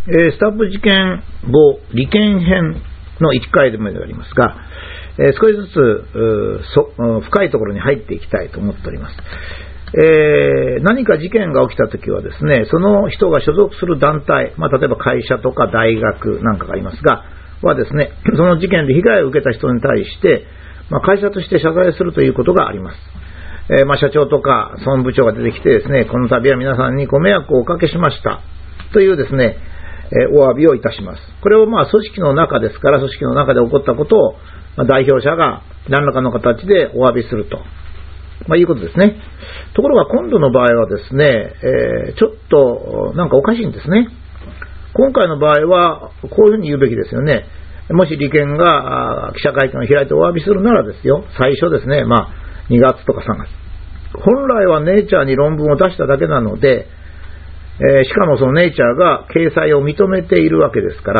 スタッフ事件簿利権編の1回でもありますが、少しずつ深いところに入っていきたいと思っております。何か事件が起きたときはですね、その人が所属する団体、例えば会社とか大学なんかがありますが、はですね、その事件で被害を受けた人に対して、会社として謝罪するということがあります。社長とか総務部長が出てきてですね、この度は皆さんにご迷惑をおかけしましたというですね、お詫びをいたします。これを組織の中ですから、組織の中で起こったことを代表者が何らかの形でお詫びすると、いうことですね。ところが今度の場合はですね、ちょっとなんかおかしいんですね。今回の場合はこういうふうに言うべきですよね。もし利権が記者会見を開いてお詫びするならですよ、最初ですね、2月とか3月。本来はネイチャーに論文を出しただけなので、しかもそのネイチャーが掲載を認めているわけですから、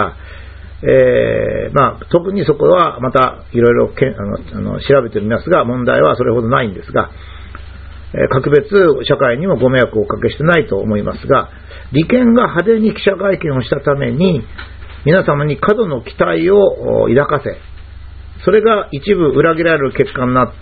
特にそこはまたいろいろ調べてみますが、問題はそれほどないんですが、格別社会にもご迷惑をおかけしてないと思いますが、利権が派手に記者会見をしたために皆様に過度の期待を抱かせ、それが一部裏切られる結果になって、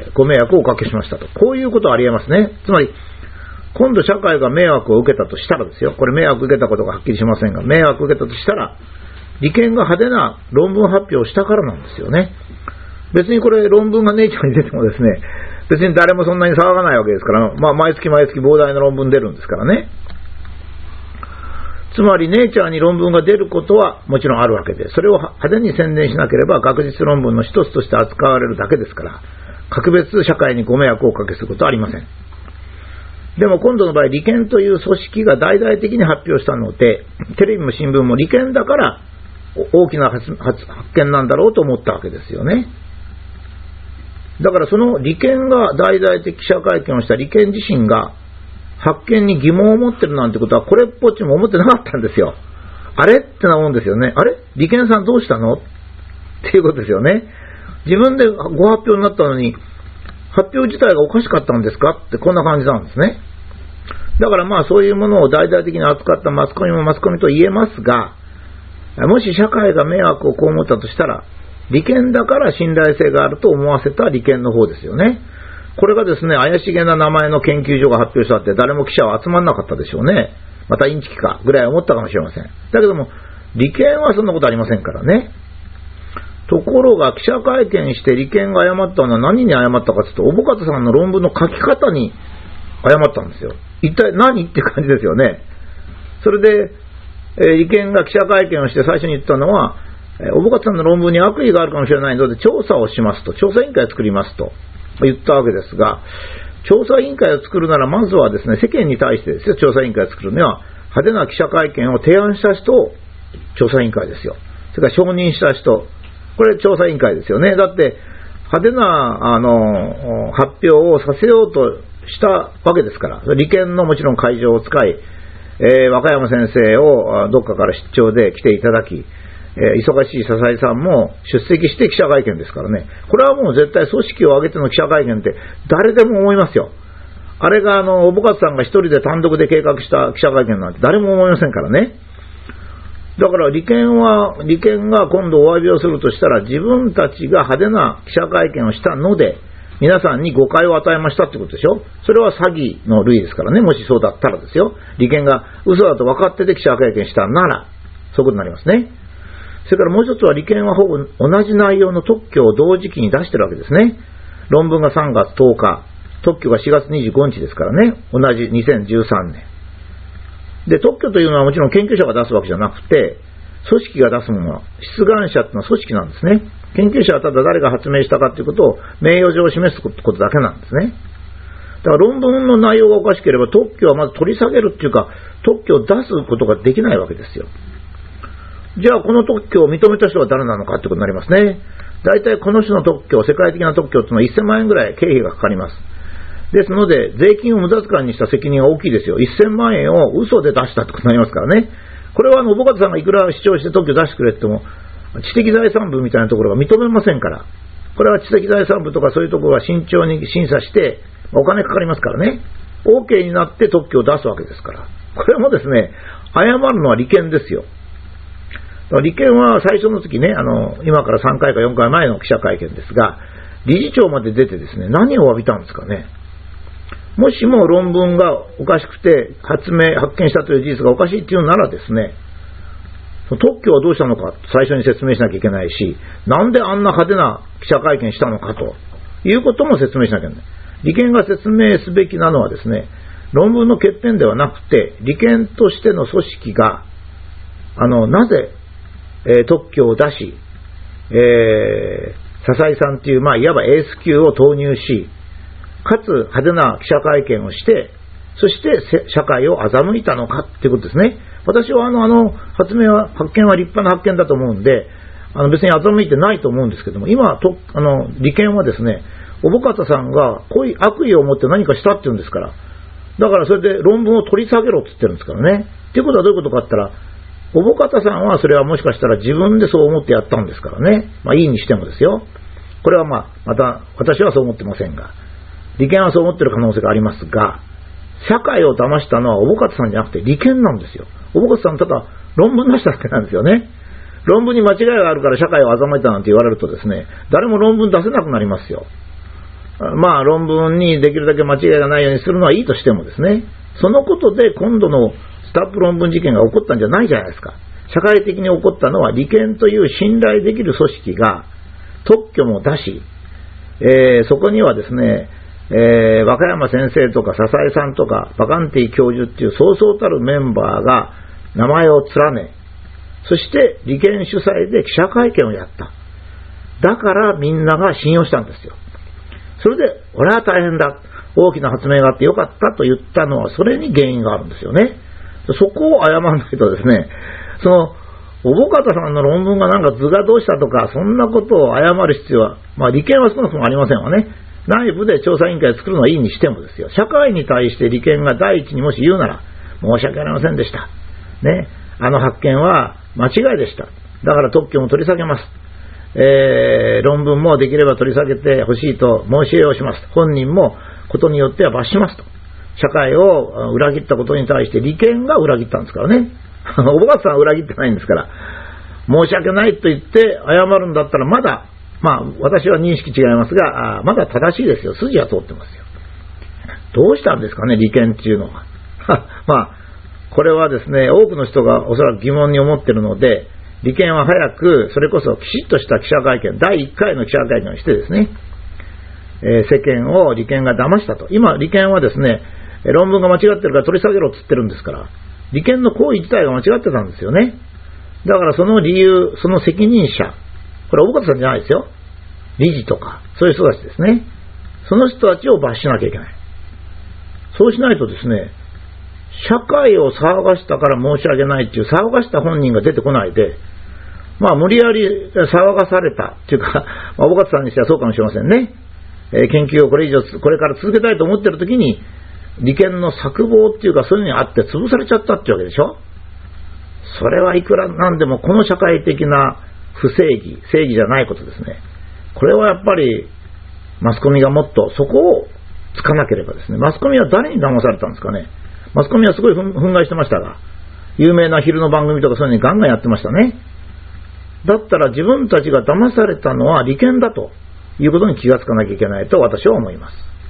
ご迷惑をおかけしましたと、こういうことはありえますね。つまり今度社会が迷惑を受けたとしたらですよ、これ迷惑を受けたことがはっきりしませんが、迷惑を受けたとしたら利権が派手な論文発表をしたからなんですよね。別にこれ論文がネイチャーに出てもですね、別に誰もそんなに騒がないわけですから、毎月毎月膨大な論文出るんですからね。つまりネイチャーに論文が出ることはもちろんあるわけで、それを派手に宣伝しなければ学術論文の一つとして扱われるだけですから、格別社会にご迷惑をおかけすることはありません。でも今度の場合、利権という組織が大々的に発表したので、テレビも新聞も利権だから大きな発見なんだろうと思ったわけですよね。だからその利権が大々的記者会見をした利権自身が発見に疑問を持ってるなんてことはこれっぽっちも思ってなかったんですよ。あれってなもんですよね。あれ利権さんどうしたのっていうことですよね。自分でご発表になったのに発表自体がおかしかったんですかってこんな感じなんですね。だからそういうものを大々的に扱ったマスコミもマスコミと言えますが、もし社会が迷惑を被ったとしたら利権だから信頼性があると思わせた利権の方ですよね。これがですね、怪しげな名前の研究所が発表したって誰も記者は集まらなかったでしょうね。またインチキかぐらい思ったかもしれません。だけども利権はそんなことありませんからね。ところが記者会見して利権が誤ったのは何に誤ったかというと、小保方さんの論文の書き方に誤ったんですよ。一体何って感じですよね。それで、利権が記者会見をして最初に言ったのは、小保方さんの論文に悪意があるかもしれないので調査をしますと、調査委員会を作りますと言ったわけですが、調査委員会を作るならまずはですね、世間に対してですよ、調査委員会を作るには派手な記者会見を提案した人を調査委員会ですよ。それから承認した人、これ調査委員会ですよね。だって派手な発表をさせようとしたわけですから、利権のもちろん会場を使い、和歌山先生をどっかから出張で来ていただき、忙しい笹井さんも出席して記者会見ですからね。これはもう絶対組織を挙げての記者会見って誰でも思いますよ。あれが小保方さんが一人で単独で計画した記者会見なんて誰も思いませんからね。だから利権が今度お詫びをするとしたら、自分たちが派手な記者会見をしたので皆さんに誤解を与えましたってことでしょ。それは詐欺の類ですからね。もしそうだったらですよ、利権が嘘だと分かってて記者会見したならそういうことになりますね。それからもう一つは、利権はほぼ同じ内容の特許を同時期に出してるわけですね。論文が3月10日、特許が4月25日ですからね。同じ2013年で、特許というのはもちろん研究者が出すわけじゃなくて、組織が出すものは、出願者というのは組織なんですね。研究者はただ誰が発明したかということを名誉上示すことだけなんですね。だから論文の内容がおかしければ特許はまず取り下げるっていうか、特許を出すことができないわけですよ。じゃあこの特許を認めた人は誰なのかということになりますね。大体この種の特許、世界的な特許というのは1000万円ぐらい経費がかかります。ですので税金を無駄遣いにした責任は大きいですよ。1000万円を嘘で出したということになりますからね。これは小保方さんがいくら主張して特許出してくれっても知的財産部みたいなところが認めませんから、これは知的財産部とかそういうところは慎重に審査してお金かかりますからね。 OK になって特許を出すわけですから、これもですね、 謝るのは利権ですよ。利権は最初の時ね、今から3回か4回前の記者会見ですが、理事長まで出てですね、何を詫びたんですかね。もしも論文がおかしくて発見したという事実がおかしいっていうならですね、特許はどうしたのか最初に説明しなきゃいけないし、なんであんな派手な記者会見したのかということも説明しなきゃいけない。利権が説明すべきなのはですね、論文の欠点ではなくて、利権としての組織がなぜ、特許を出し、笹井さんという、いわばエース級を投入し、かつ派手な記者会見をして、そして社会を欺いたのかということですね。私は発見は立派な発見だと思うんで、別に欺いてないと思うんですけども、今利権はですね、小保方さんがこういう悪意を持って何かしたっていうんですから、だからそれで論文を取り下げろって言ってるんですからね。っていうことはどういうことかって言ったら、小保方さんはそれはもしかしたら自分でそう思ってやったんですからね。いいにしてもですよ。これはまた私はそう思ってませんが、利権はそう思ってる可能性がありますが、社会を騙したのは小保方さんじゃなくて利権なんですよ。小保方さんただ論文出しただけなんですよね。論文に間違いがあるから社会を欺いたなんて言われるとですね、誰も論文出せなくなりますよ。論文にできるだけ間違いがないようにするのはいいとしてもですね、そのことで今度のスタッフ論文事件が起こったんじゃないじゃないですか。社会的に起こったのは利権という信頼できる組織が特許も出し、そこにはですね、和歌山先生とか笹井さんとかバカンティ教授っていうそうそうたるメンバーが名前を連ね、そして利権主催で記者会見をやった。だからみんなが信用したんですよ。それで俺は大変だ、大きな発明があってよかったと言ったのはそれに原因があるんですよね。そこを謝らないとですね、小保方さんの論文がなんか図がどうしたとか、そんなことを謝る必要は、利権はそもそもありませんわね。内部で調査委員会を作るのはいいにしてもですよ、社会に対して利権が第一にもし言うなら、申し訳ありませんでした。ね、発見は間違いでした。だから特許も取り下げます。論文もできれば取り下げてほしいと申し入れをします。本人もことによっては罰しますと。社会を裏切ったことに対して利権が裏切ったんですからね。小保方さんは裏切ってないんですから、申し訳ないと言って謝るんだったらまだ、私は認識違いますが、まだ正しいですよ。筋は通ってますよ。どうしたんですかね、利権っていうのは。これはですね、多くの人がおそらく疑問に思っているので、利権は早く、それこそきちっとした記者会見、第1回の記者会見をしてですね、世間を利権が騙したと。今、利権はですね、論文が間違ってるから取り下げろって言ってるんですから、利権の行為自体が間違ってたんですよね。だからその理由、その責任者、これは小保方さんじゃないですよ。理事とか、そういう人たちですね。その人たちを罰しなきゃいけない。そうしないとですね、社会を騒がしたから申し訳ないっていう騒がした本人が出てこないで、無理やり騒がされたっていうか、小保方さんにしてはそうかもしれませんね。研究をこれから続けたいと思っているときに、利権の策謀っていうかそういうのにあって潰されちゃったってわけでしょ。それはいくらなんでもこの社会的な不正義、正義じゃないことですね。これはやっぱりマスコミがもっとそこをつかなければですね。マスコミは誰に騙されたんですかね。マスコミはすごい憤慨してましたが、有名な昼の番組とかそういうのにガンガンやってましたね。だったら自分たちが騙されたのは利権だということに気がつかなきゃいけないと私は思います。